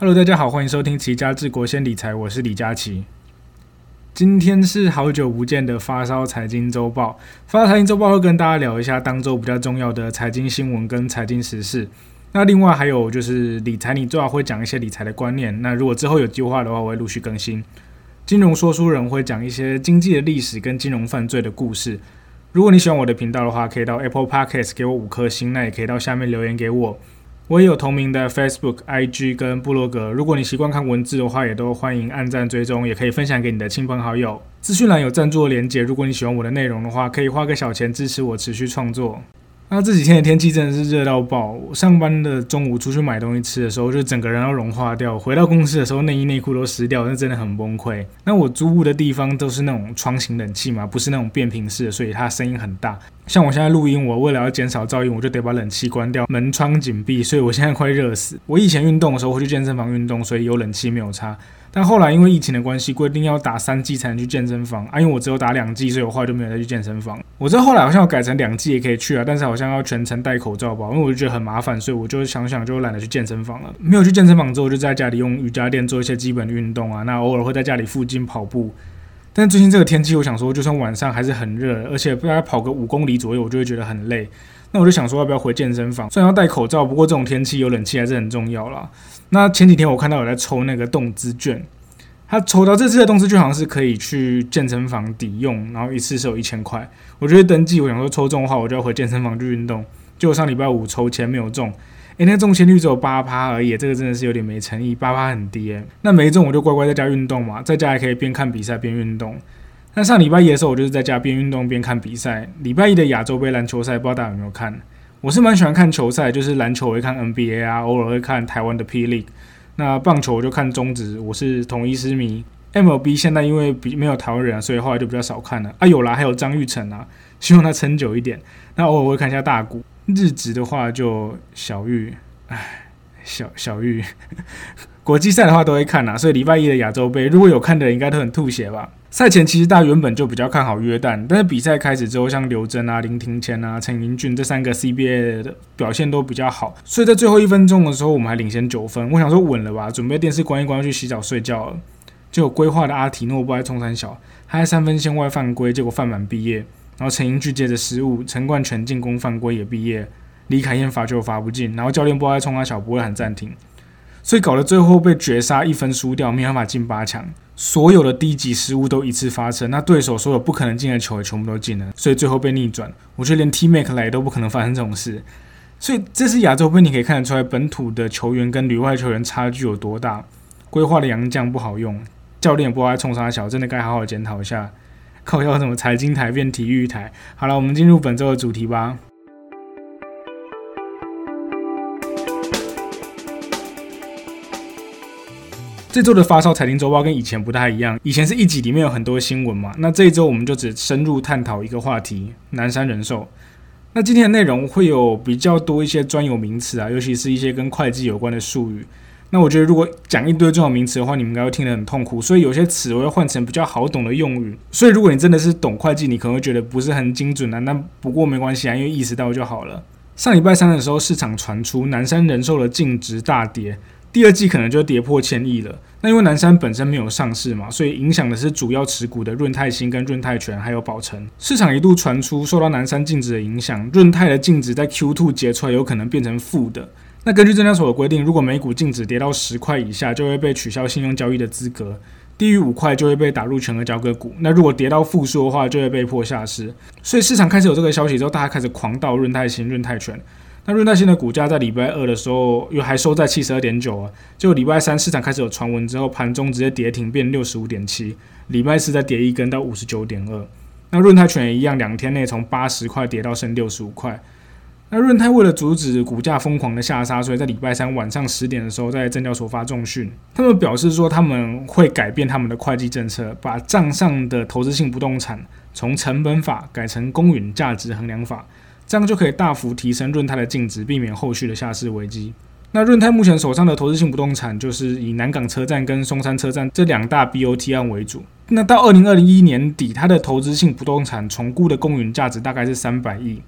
Hello， 大家好，欢迎收听齐家治国先理财，我是李佳琦。今天是好久不见的发烧财经周报。发烧财经周报会跟大家聊一下当周比较重要的财经新闻跟财经时事。那另外还有就是理财，你最好会讲一些理财的观念。那如果之后有计划的话，我会陆续更新。金融说书人会讲一些经济的历史跟金融犯罪的故事。如果你喜欢我的频道的话，可以到 Apple Podcast 给我5颗星，那也可以到下面留言给我。我也有同名的 Facebook、IG 跟部落格，如果你习惯看文字的话，也都欢迎按赞追踪，也可以分享给你的亲朋好友。资讯栏有赞助的连结，如果你喜欢我的内容的话，可以花个小钱支持我持续创作。那这几天的天气真的是热到爆，我上班的中午出去买东西吃的时候，就整个人要融化掉，回到公司的时候内衣内裤都湿掉，那真的很崩溃。那我租屋的地方都是那种窗型冷气嘛，不是那种变频式的，所以它声音很大。像我现在录音，我为了要减少噪音，我就得把冷气关掉，门窗紧闭，所以我现在快热死。我以前运动的时候会去健身房运动，所以有冷气没有差。但后来因为疫情的关系，规定要打3剂才能去健身房因为我只有打2剂，所以我后来就没有再去健身房。我知道后来好像有改成2剂也可以去但是好像要全程戴口罩吧，因为我就觉得很麻烦，所以我就想就懒得去健身房了。没有去健身房之后，就在家里用瑜伽垫做一些基本的运动那偶尔会在家里附近跑步。但最近这个天气，我想说就算晚上还是很热，而且大概跑个5公里左右，我就会觉得很累。那我就想说要不要回健身房，虽然要戴口罩，不过这种天气有冷气还是很重要啦。那前几天我看到有在抽那个动资券，他抽到这次的动资券好像是可以去健身房抵用，然后一次是有1000块。我就登记，我想说抽中的话我就要回健身房去运动。结果上礼拜5抽签没有中，那中签率只有 8% 而已，这个真的是有点没诚意， 8% 很低那没中我就乖乖在家运动嘛，在家还可以边看比赛边运动。那上礼拜1的时候，我就是在家边运动边看比赛。礼拜1的亚洲杯篮球赛，不知道大家有没有看？我是蛮喜欢看球赛，就是篮球我会看 NBA 偶尔会看台湾的 P League。那棒球我就看中职，我是统一狮迷。MLB 现在因为没有台湾人所以后来就比较少看了有啦，还有张育成希望他撑久一点。那偶尔会看一下大谷。日职的话就小玉，小玉。国际赛的话都会看所以礼拜1的亚洲杯，如果有看的人应该都很吐血吧。赛前其实大家原本就比较看好约旦，但是比赛开始之后，像刘真林庭谦陈英俊这3个 CBA 的表现都比较好，所以在最后1分钟的时候，我们还领先9分。我想说稳了吧，准备电视关一关去洗澡睡觉了。结果规划的阿提诺不爱冲三小，他在3分线外犯规，结果犯满毕业。然后陈英俊接着失误，陈冠全进攻犯规也毕业，李凯燕罚球罚不进，然后教练不爱冲他小不会喊暂停，所以搞得最后被绝杀1分输掉，没办法进8强。所有的低级失误都一次发生，那对手所有不可能进的球也全部都进了，所以最后被逆转。我觉得连 T-Mac 来都不可能发生这种事，所以这次亚洲杯你可以看得出来本土的球员跟旅外球员差距有多大。规划的洋将不好用，教练也不知道在冲啥小，真的该好好检讨一下。靠腰什么财经台变体育台。好了，我们进入本周的主题吧。这周的发烧财经周报跟以前不太一样，以前是一集里面有很多新闻嘛，那这一周我们就只深入探讨一个话题，南山人寿。那今天的内容会有比较多一些专有名词尤其是一些跟会计有关的术语。那我觉得如果讲一堆专有名词的话，你们应该会听得很痛苦，所以有些词我会换成比较好懂的用语。所以如果你真的是懂会计，你可能会觉得不是很精准那不过没关系因为意识到就好了。上礼拜3的时候，市场传出南山人寿的净值大跌，第2季可能就跌破1000亿了。那因为南山本身没有上市嘛，所以影响的是主要持股的润泰新跟润泰全还有宝成。市场一度传出受到南山净值的影响，润泰的净值在 Q2 结出来有可能变成负的。那根据证交所的规定，如果每股净值跌到10块以下，就会被取消信用交易的资格；低于5块就会被打入全额交割股。那如果跌到负数的话，就会被迫下市。所以市场开始有这个消息之后，大家开始狂倒润泰新、润泰全。那润泰新的股价在礼拜2的时候又还收在 72.9 结果礼拜3市场开始有传闻之后，盘中直接跌停变 65.7， 礼拜4再跌1根到 59.2。那润泰全也一样，2天内从80块跌到剩65块。那润泰为了阻止股价疯狂的下杀，所以在礼拜3晚上10点的时候，在证交所发重讯，他们表示说他们会改变他们的会计政策，把账上的投资性不动产从成本法改成公允价值衡量法，这样就可以大幅提升润泰的净值，避免后续的下市危机。那润泰目前手上的投资性不动产就是以南港车站跟松山车站这2大 BOT 案为主。那到2021年底，它的投资性不动产重估的公允价值大概是300亿。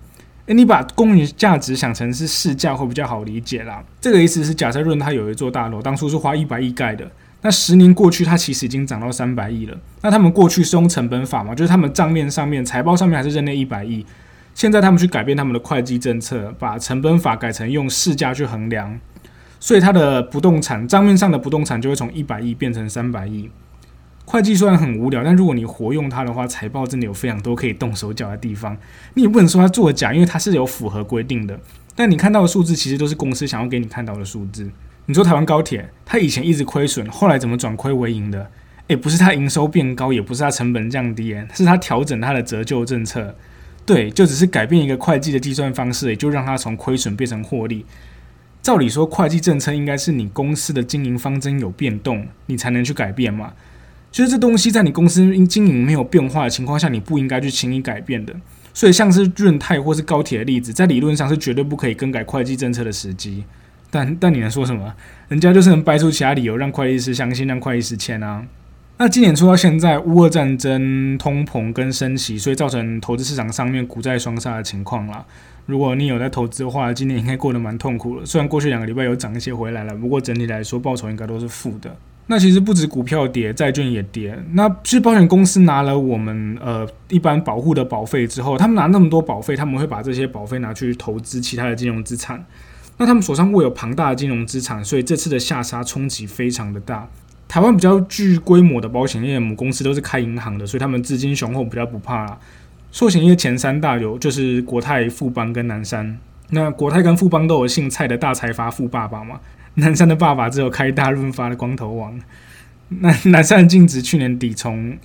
你把公允价值想成是市价会比较好理解啦。这个意思是，假设润泰有一座大楼，当初是花100亿盖的，那10年过去，它其实已经涨到300亿了。那他们过去是用成本法嘛，就是他们账面上面、财报上面还是认那100亿。现在他们去改变他们的会计政策，把成本法改成用市价去衡量，所以它的不动产账面上的不动产就会从100亿变成300亿。会计虽然很无聊，但如果你活用它的话，财报真的有非常多可以动手脚的地方。你也不能说它作假，因为它是有符合规定的。但你看到的数字其实都是公司想要给你看到的数字。你说台湾高铁，它以前一直亏损，后来怎么转亏为盈的？不是它营收变高，也不是它成本降低，是它调整它的折旧政策。对，就只是改变一个会计的计算方式，也就让它从亏损变成获利。照理说，会计政策应该是你公司的经营方针有变动，你才能去改变嘛。就是这东西在你公司经营没有变化的情况下，你不应该去轻易改变的。所以像是润泰或是高铁的例子，在理论上是绝对不可以更改会计政策的时机。但你能说什么？人家就是能掰出其他理由让会计师相信，让会计师签啊。那今年初到现在，乌俄战争、通膨跟升息，所以造成投资市场上面股债双杀的情况啦。如果你有在投资的话，今年应该过得蛮痛苦了。虽然过去2个礼拜有涨一些回来了，不过整体来说报酬应该都是负的。那其实不止股票跌，债券也跌。那其实保险公司拿了我们一般保护的保费之后，他们拿那么多保费，他们会把这些保费拿去投资其他的金融资产。那他们手上握有庞大的金融资产，所以这次的下杀冲击非常的大。台湾比较具规模的保险业母公司都是开银行的，所以他们资金雄厚，比较不怕啦。寿险业前3大有就是国泰、富邦跟南山。那国泰跟富邦都有姓蔡的大财阀富爸爸嘛，南山的爸爸只有开大润发的光头王。那南山的净值去年底从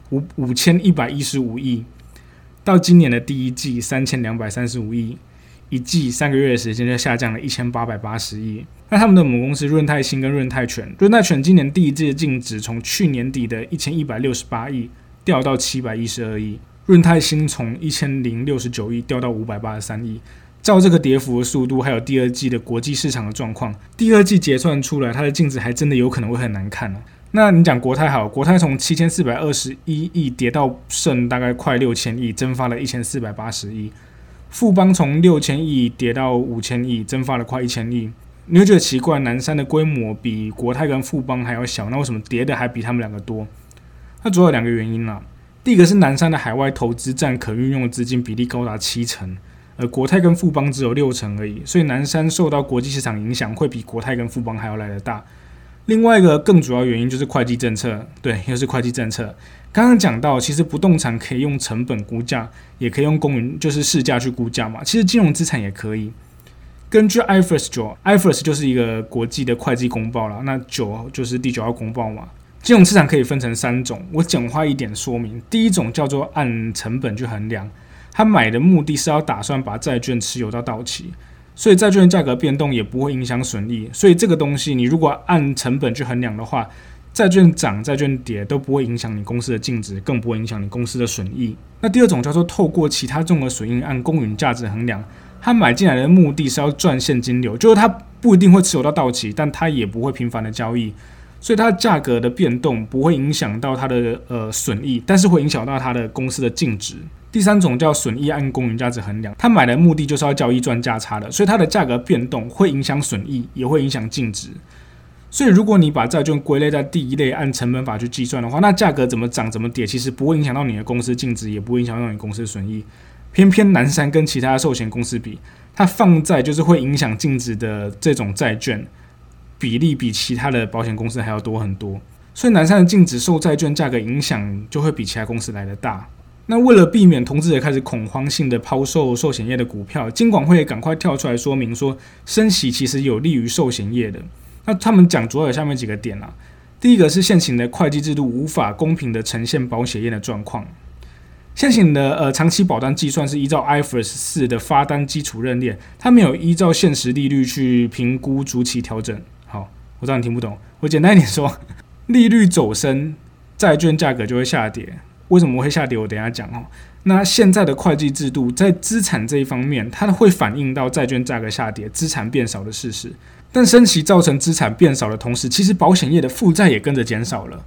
5115亿到今年的第一季3235亿，一季3个月的时间就下降了1880亿。那他们的母公司润泰新跟润泰全今年第一季的净值从去年底的1168亿掉到712亿，润泰新从1069亿掉到583亿。照这个跌幅的速度，还有第二季的国际市场的状况，第二季结算出来，它的净值还真的有可能会很难看啊。那你讲国泰好，国泰从7421亿跌到剩大概快6000亿，蒸发了1480亿。富邦从6000亿跌到5000亿，蒸发了快1000亿。你会觉得奇怪，南山的规模比国泰跟富邦还要小，那为什么跌的还比他们2个多？那主要有2个原因啦。第一个是南山的海外投资占可运用的资金比例高达70%。而国泰跟富邦只有60%而已，所以南山受到国际市场影响会比国泰跟富邦还要来得大。另外一个更主要原因就是会计政策，对，又是会计政策。刚刚讲到，其实不动产可以用成本估价，也可以用公允就是市价去估价嘛。其实金融资产也可以。根据 IFRS 就是一个国际的会计公报啦，那9就是第9号公报嘛。金融资产可以分成3种，我简化一点说明。第一种叫做按成本去衡量。他买的目的是要打算把债券持有到到期，所以债券价格变动也不会影响损益。所以这个东西你如果按成本去衡量的话，债券涨债券跌都不会影响你公司的净值，更不会影响你公司的损益。那第二种叫做透过其他综合损益按公允价值衡量，他买进来的目的是要赚现金流，就是他不一定会持有到到期，但他也不会频繁的交易，所以它价格的变动不会影响到它的损益，但是会影响到它的公司的净值。第3种叫损益按公允价值衡量，他买的目的就是要交易赚价差的，所以它的价格变动会影响损益，也会影响净值。所以如果你把债券归类在第一类按成本法去计算的话，那价格怎么涨怎么跌其实不会影响到你的公司净值，也不会影响到你公司的损益。偏偏南山跟其他的寿险公司比，它放在就是会影响净值的这种债券比例比其他的保险公司还要多很多，所以南山的净值受债券价格影响就会比其他公司来得大。那为了避免投资者开始恐慌性的抛售寿险业的股票，金管会赶快跳出来说明说，升息其实有利于寿险业的。那他们讲主要有下面几个点啦。第一个是现行的会计制度无法公平的呈现保险业的状况。现行的长期保单计算是依照 IFRS 4的发单基础认列，它没有依照现实利率去评估逐期调整。好，我知道你听不懂，我简单一点说，利率走升，债券价格就会下跌。为什么会下跌？我等一下讲哦。那现在的会计制度在资产这一方面，它会反映到债券价格下跌、资产变少的事实。但升息造成资产变少的同时，其实保险业的负债也跟着减少了。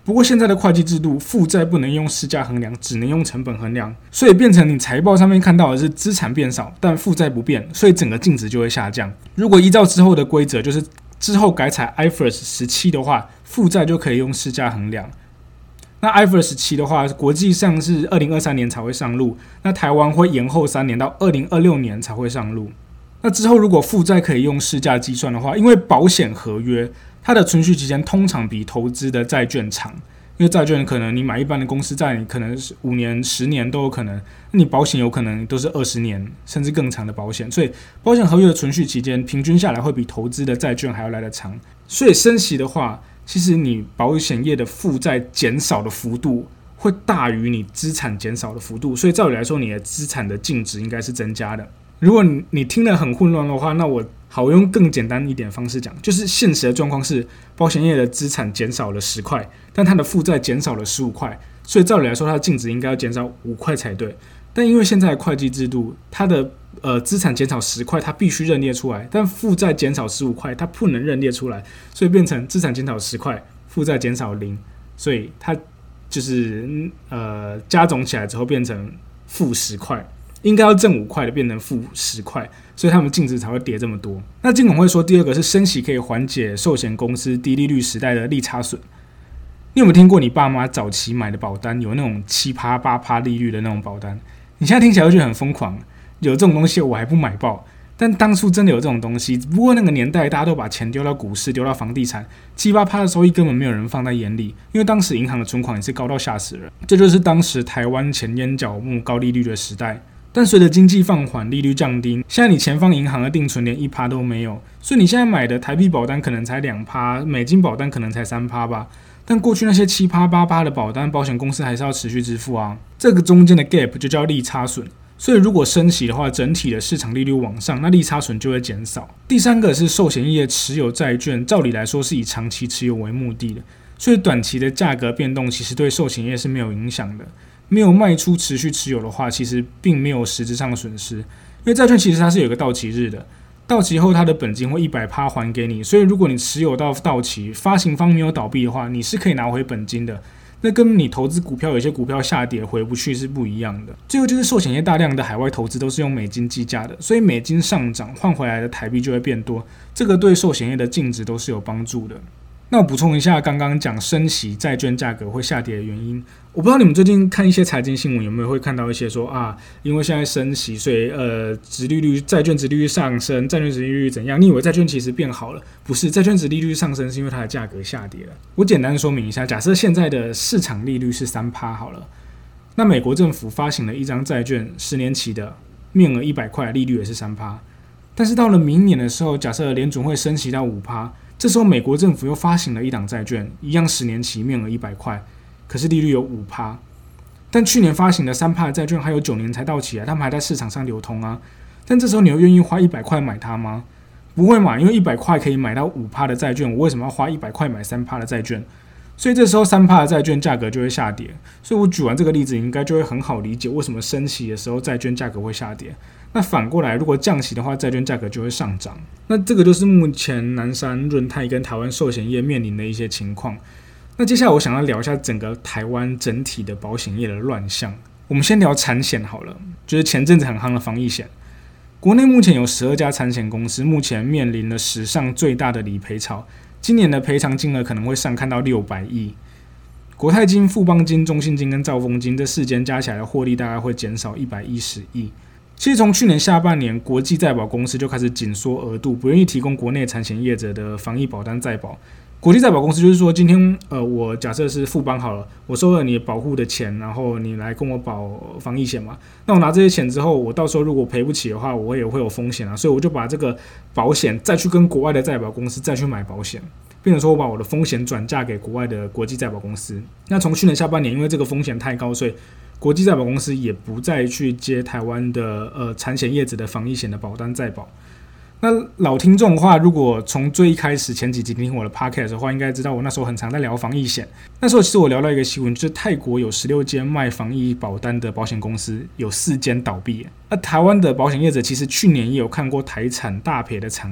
不过现在的会计制度，负债不能用市价衡量，只能用成本衡量，所以变成你财报上面看到的是资产变少，但负债不变，所以整个净值就会下降。如果依照之后的规则，就是之后改采 IFRS 17的话，负债就可以用市价衡量。那 IFRS 17的话，国际上是2023年才会上路，那台湾会延后3年到2026年才会上路。那之后如果负债可以用市价计算的话，因为保险合约它的存续期间通常比投资的债券长，因为债券可能你买一般的公司债，你可能是5年、10年都有可能，你保险有可能都是20年甚至更长的保险，所以保险合约的存续期间平均下来会比投资的债券还要来得长。所以升息的话，其实你保险业的负债减少的幅度会大于你资产减少的幅度，所以照理来说，你的资产的净值应该是增加的。如果你听得很混乱的话，那我用更简单一点的方式讲，就是现实的状况是，保险业的资产减少了10块，但它的负债减少了15块，所以照理来说，它的净值应该要减少5块才对。但因为现在的会计制度，它的资产减少10块，它必须认列出来，但负债减少15块，它不能认列出来，所以变成资产减少10块，负债减少0，所以它就是加总起来之后变成负10块。应该要正5块的变成负10块，所以他们净值才会跌这么多。那金管会说，第二个是升息可以缓解寿险公司低利率时代的利差损。你有没有听过你爸妈早期买的保单有那种7%、8%利率的那种保单？你现在听起来会觉得很疯狂，有这种东西我还不买爆。但当初真的有这种东西，不过那个年代大家都把钱丢到股市、丢到房地产，7%、8%的收益根本没有人放在眼里，因为当时银行的存款也是高到吓死人。这就是当时台湾前烟角木、高利率的时代。但随着经济放缓，利率降低，现在你钱放银行的定存连1%都没有，所以你现在买的台币保单可能才2%，美金保单可能才3%吧。但过去那些7%、8%的保单，保险公司还是要持续支付啊。这个中间的 gap 就叫利差损。所以如果升息的话，整体的市场利率往上，那利差损就会减少。第三个是寿险业持有债券，照理来说是以长期持有为目的的，所以短期的价格变动其实对寿险业是没有影响的。没有卖出持续持有的话，其实并没有实质上的损失，因为债券其实它是有一个到期日的，到期后它的本金会100%还给你，所以如果你持有到到期，发行方没有倒闭的话，你是可以拿回本金的。那跟你投资股票，有些股票下跌回不去是不一样的。最后就是寿险业大量的海外投资都是用美金计价的，所以美金上涨换回来的台币就会变多，这个对寿险业的净值都是有帮助的。那我补充一下刚刚讲升息债券价格会下跌的原因，我不知道你们最近看一些财经新闻有没有会看到一些说因为现在升息，所以殖利率债券殖利率上升，债券殖利率怎样？你以为债券其实变好了？不是，债券殖利率上升是因为它的价格下跌了。我简单说明一下，假设现在的市场利率是3%好了，那美国政府发行了一张债券，10年期的，面额100块，利率也是3%。但是到了明年的时候，假设联准会升息到5%。这时候美国政府又发行了一档债券，一样10年期，面额100块，可是利率有5%。但去年发行的3%的债券还有9年才到期啊，他们还在市场上流通啊。但这时候你会愿意花100块买它吗？不会嘛，因为100块可以买到5%的债券，我为什么要花100块买3%的债券？所以这时候3%的债券价格就会下跌。所以我举完这个例子，应该就会很好理解为什么升息的时候债券价格会下跌。那反过来，如果降息的话，债券价格就会上涨。那这个就是目前南山、润泰跟台湾寿险业面临的一些情况。那接下来我想要聊一下整个台湾整体的保险业的乱象。我们先聊产险好了，就是前阵子很夯的防疫险。国内目前有12家产险公司，目前面临了史上最大的理赔潮，今年的赔偿金额可能会上看到600亿。国泰金、富邦金、中信金跟兆丰金这4间加起来的获利大概会减少110亿。其实从去年下半年，国际再保公司就开始紧缩额度，不愿意提供国内产险业者的防疫保单再保。国际再保公司就是说，今天我假设是富邦好了，我收了你保护的钱，然后你来跟我保防疫险嘛。那我拿这些钱之后，我到时候如果赔不起的话，我也会有风险啊，所以我就把这个保险再去跟国外的再保公司再去买保险。变成说我把我的风险转嫁给国外的国际再保公司。那从去年下半年，因为这个风险太高，所以国际再保公司也不再去接台湾的产险业者的防疫险的保单再保。那老听众的话，如果从最一开始前几集听我的 podcast 的话，应该知道我那时候很常在聊防疫险。那时候其实我聊到一个新闻，就是泰国有16间卖防疫保单的保险公司，有4间倒闭。那台湾的保险业者其实去年也有看过台产大赔的惨案，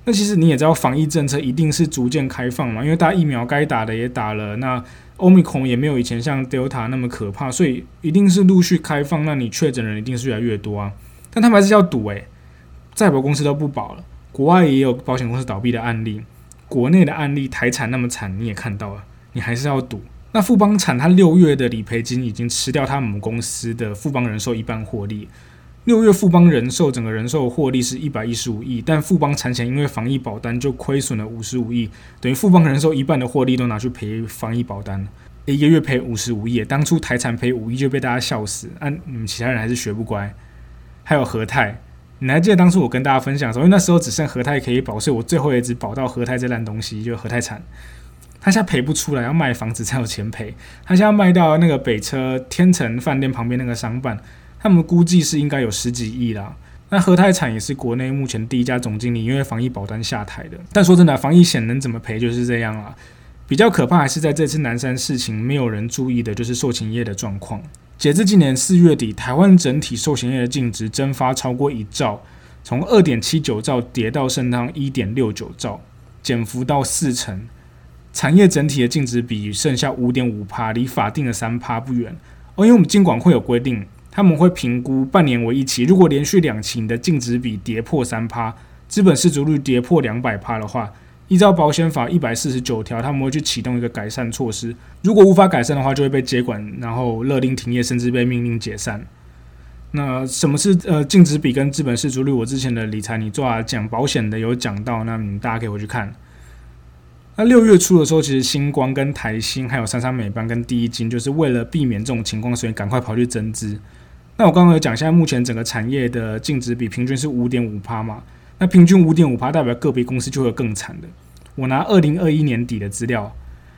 那其实你也知道，防疫政策一定是逐渐开放嘛，因为大家疫苗该打的也打了，那 Omicron 也没有以前像 Delta 那么可怕，所以一定是陆续开放，那你确诊人一定是越来越多啊。但他们还是要赌再保公司都不保了，国外也有保险公司倒闭的案例，国内的案例台产那么惨你也看到了，你还是要赌。那富邦产它6月的理赔金已经吃掉他们公司的富邦人寿一半获利。6月富邦人寿整个人寿获利是115亿，但富邦产险因为防疫保单就亏损了55亿，等于富邦人寿一半的获利都拿去赔防疫保单，一个月赔55亿，当初台产赔5亿就被大家笑死，你们其他人还是学不乖。还有和泰，你还记得当初我跟大家分享的时候，因为那时候只剩和泰可以保，所以我最后也只保到和泰这烂东西，就和泰产。他现在赔不出来，要卖房子才有钱赔。他现在卖到那个北车天成饭店旁边那个商办，他们估计是应该有10几亿啦。那和泰产也是国内目前第一家总经理因为防疫保单下台的。但说真的，防疫险能怎么赔就是这样啦。比较可怕还是在这次南山事情没有人注意的就是寿险业的状况。截至今年4月底，台湾整体寿险业的净值蒸发超过1兆，从 2.79 兆跌到剩下 1.69 兆，减幅到40%。产业整体的净值比剩下 5.5%， 离法定的 3% 不远。因为我们金管会有规定，他们会评估半年为一期，如果连续2期你的净值比跌破 3%， 资本适足率跌破 200% 的话，依照保险法149条，他们会去启动一个改善措施。如果无法改善的话，就会被接管，然后勒令停业，甚至被命令解散。那什么是净值比跟资本适足率？我之前的理财你做讲保险的有讲到，那大家可以回去看。那6月初的时候，其实星光跟台新还有三商美邦跟第一金，就是为了避免这种情况，所以赶快跑去增资。那我刚刚有讲，现在目前整个产业的净值比平均是 5.5% 嘛，那平均 5.5% 代表个别公司就会有更惨的。我拿2021年底的资料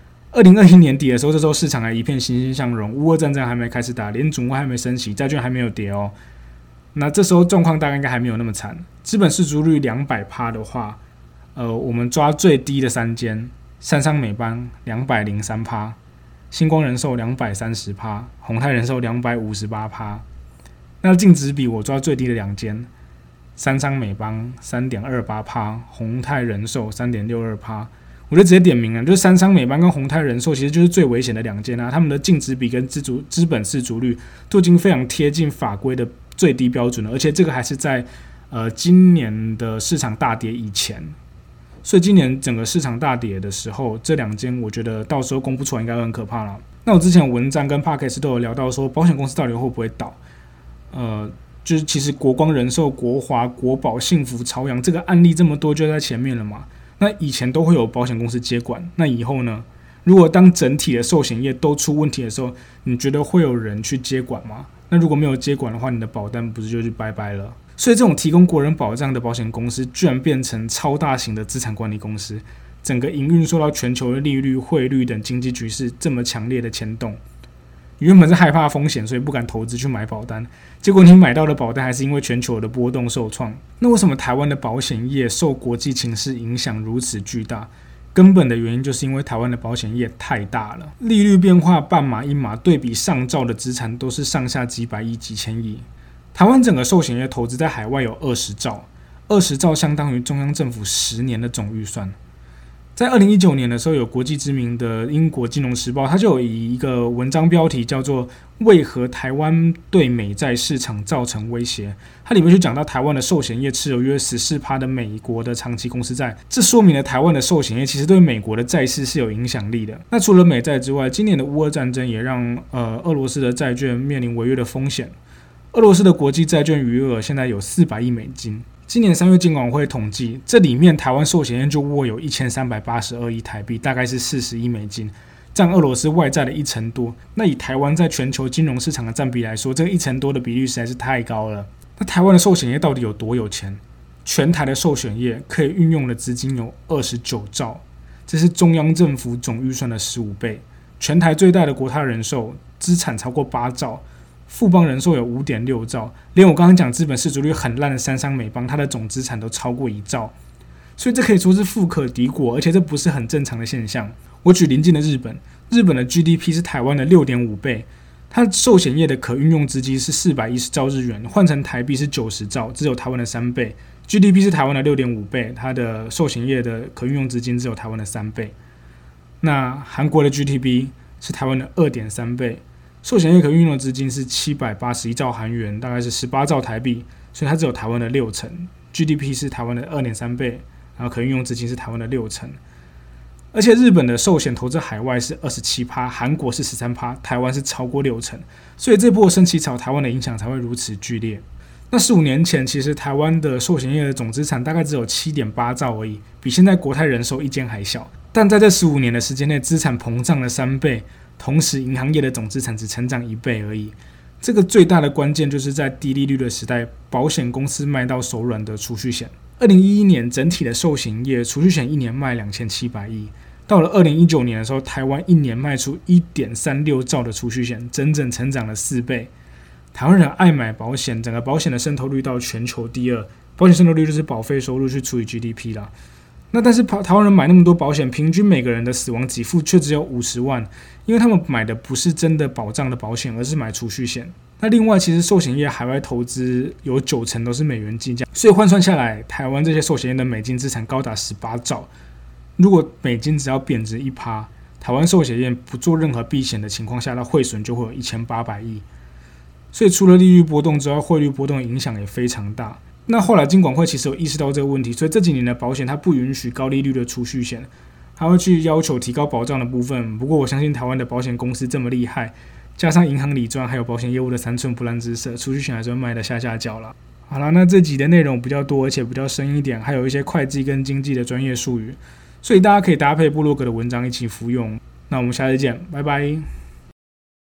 ，2021年底的时候，这时候市场还一片欣欣向荣，乌俄战争还没开始打，联准会还没升息，债券还没有跌哦。那这时候状况大概应该还没有那么惨。资本适足率 200% 的话，我们抓最低的3间，三商美邦 203%， 星光人寿 230%， 宏泰人寿 258%。那净值比我抓最低的2间，三商美邦 3.28%， 宏泰人寿 3.62%。我就直接点名了，就是三商美邦跟宏泰人寿其实就是最危险的2间啊，他们的净值比跟资本适足率都已经非常贴近法规的最低标准了，而且这个还是在今年的市场大跌以前。所以今年整个市场大跌的时候，这2间我觉得到时候公布出来应该会很可怕啦。那我之前有文章跟 Podcast 都有聊到说，保险公司到底会不会倒？就是其实国光人寿、国华、国保、幸福、朝阳这个案例这么多就在前面了嘛。那以前都会有保险公司接管，那以后呢？如果当整体的寿险业都出问题的时候，你觉得会有人去接管吗？那如果没有接管的话，你的保单不是就拜拜了？所以这种提供国人保障的保险公司居然变成超大型的资产管理公司，整个营运受到全球的利率、汇率等经济局势这么强烈的牵动。原本是害怕风险，所以不敢投资去买保单，结果你买到的保单还是因为全球的波动受创。那为什么台湾的保险业受国际情势影响如此巨大？根本的原因就是因为台湾的保险业太大了，利率变化半码一码，对比上兆的资产都是上下几百亿、几千亿。台湾整个寿险业投资在海外有20兆，20兆相当于中央政府10年的总预算。在2019年的时候，有国际知名的英国金融时报，它就有以一个文章标题叫做为何台湾对美债市场造成威胁，它里面就讲到台湾的寿险业持有约 14% 的美国的长期公司债，这说明了台湾的寿险业其实对美国的债市是有影响力的。那除了美债之外，今年的乌俄战争也让俄罗斯的债券面临违约的风险，俄罗斯的国际债券余额现在有400亿美金。今年3月金管会统计，这里面台湾寿险业就握有1382亿台币，大概是40亿美金，占俄罗斯外债的1成多。那以台湾在全球金融市场的占比来说，这个1成多的比率实在是太高了。那台湾的寿险业到底有多有钱？全台的寿险业可以运用的资金有29兆，这是中央政府总预算的15倍。全台最大的国泰人寿资产超过8兆，富邦人寿有 5.6 兆，连我刚刚讲资本市足率很烂的三商美邦，它的总资产都超过1兆，所以这可以说是富可敌国，而且这不是很正常的现象。我举邻近的日本，日本的 GDP 是台湾的 6.5 倍，它寿险业的可运用资金是410兆日元，换成台币是90兆，只有台湾的3倍 GDP 是台湾的 6.5 倍，它的寿险业的可运用资金只有台湾的3倍。那韩国的 GDP 是台湾的 2.3 倍，寿险业可运用的资金是781兆韩元，大概是18兆台币，所以它只有台湾的60%。GDP 是台湾的 2.3 倍，然后可运用资金是台湾的60%。而且日本的寿险投资海外是 27%， 韩国是 13%， 台湾是超过60%，所以这波升旗潮台湾的影响才会如此剧烈。那15年前，其实台湾的寿险业的总资产大概只有 7.8 兆而已，比现在国泰人寿一间还小。但在这15年的时间内，资产膨胀了3倍，同时银行业的总资产只成长1倍而已。这个最大的关键就是在低利率的时代，保险公司卖到手软的储蓄险。2011年整体的寿险业储蓄险一年卖2700亿，到了2019年的时候，台湾一年卖出 1.36 兆的储蓄险，整整成长了4倍。台湾人爱买保险，整个保险的渗透率到全球第2，保险渗透率就是保费收入去除以 GDP 啦。那但是台湾人买那么多保险，平均每个人的死亡给付却只有50万，因为他们买的不是真的保障的保险，而是买储蓄险。那另外，其实寿险业海外投资有90%都是美元计价，所以换算下来，台湾这些寿险业的美金资产高达18兆。如果美金只要贬值1%，台湾寿险业不做任何避险的情况下，它汇损就会有1800亿。所以除了利率波动之外，汇率波动的影响也非常大。那后来金管会其实有意识到这个问题，所以这几年的保险它不允许高利率的储蓄险，它会去要求提高保障的部分。不过我相信台湾的保险公司这么厉害，加上银行理专还有保险业务的3寸不烂之舌，储蓄险还是会卖得下脚了。好啦，那这集的内容比较多，而且比较深一点，还有一些会计跟经济的专业术语，所以大家可以搭配部落格的文章一起服用。那我们下次见，拜拜。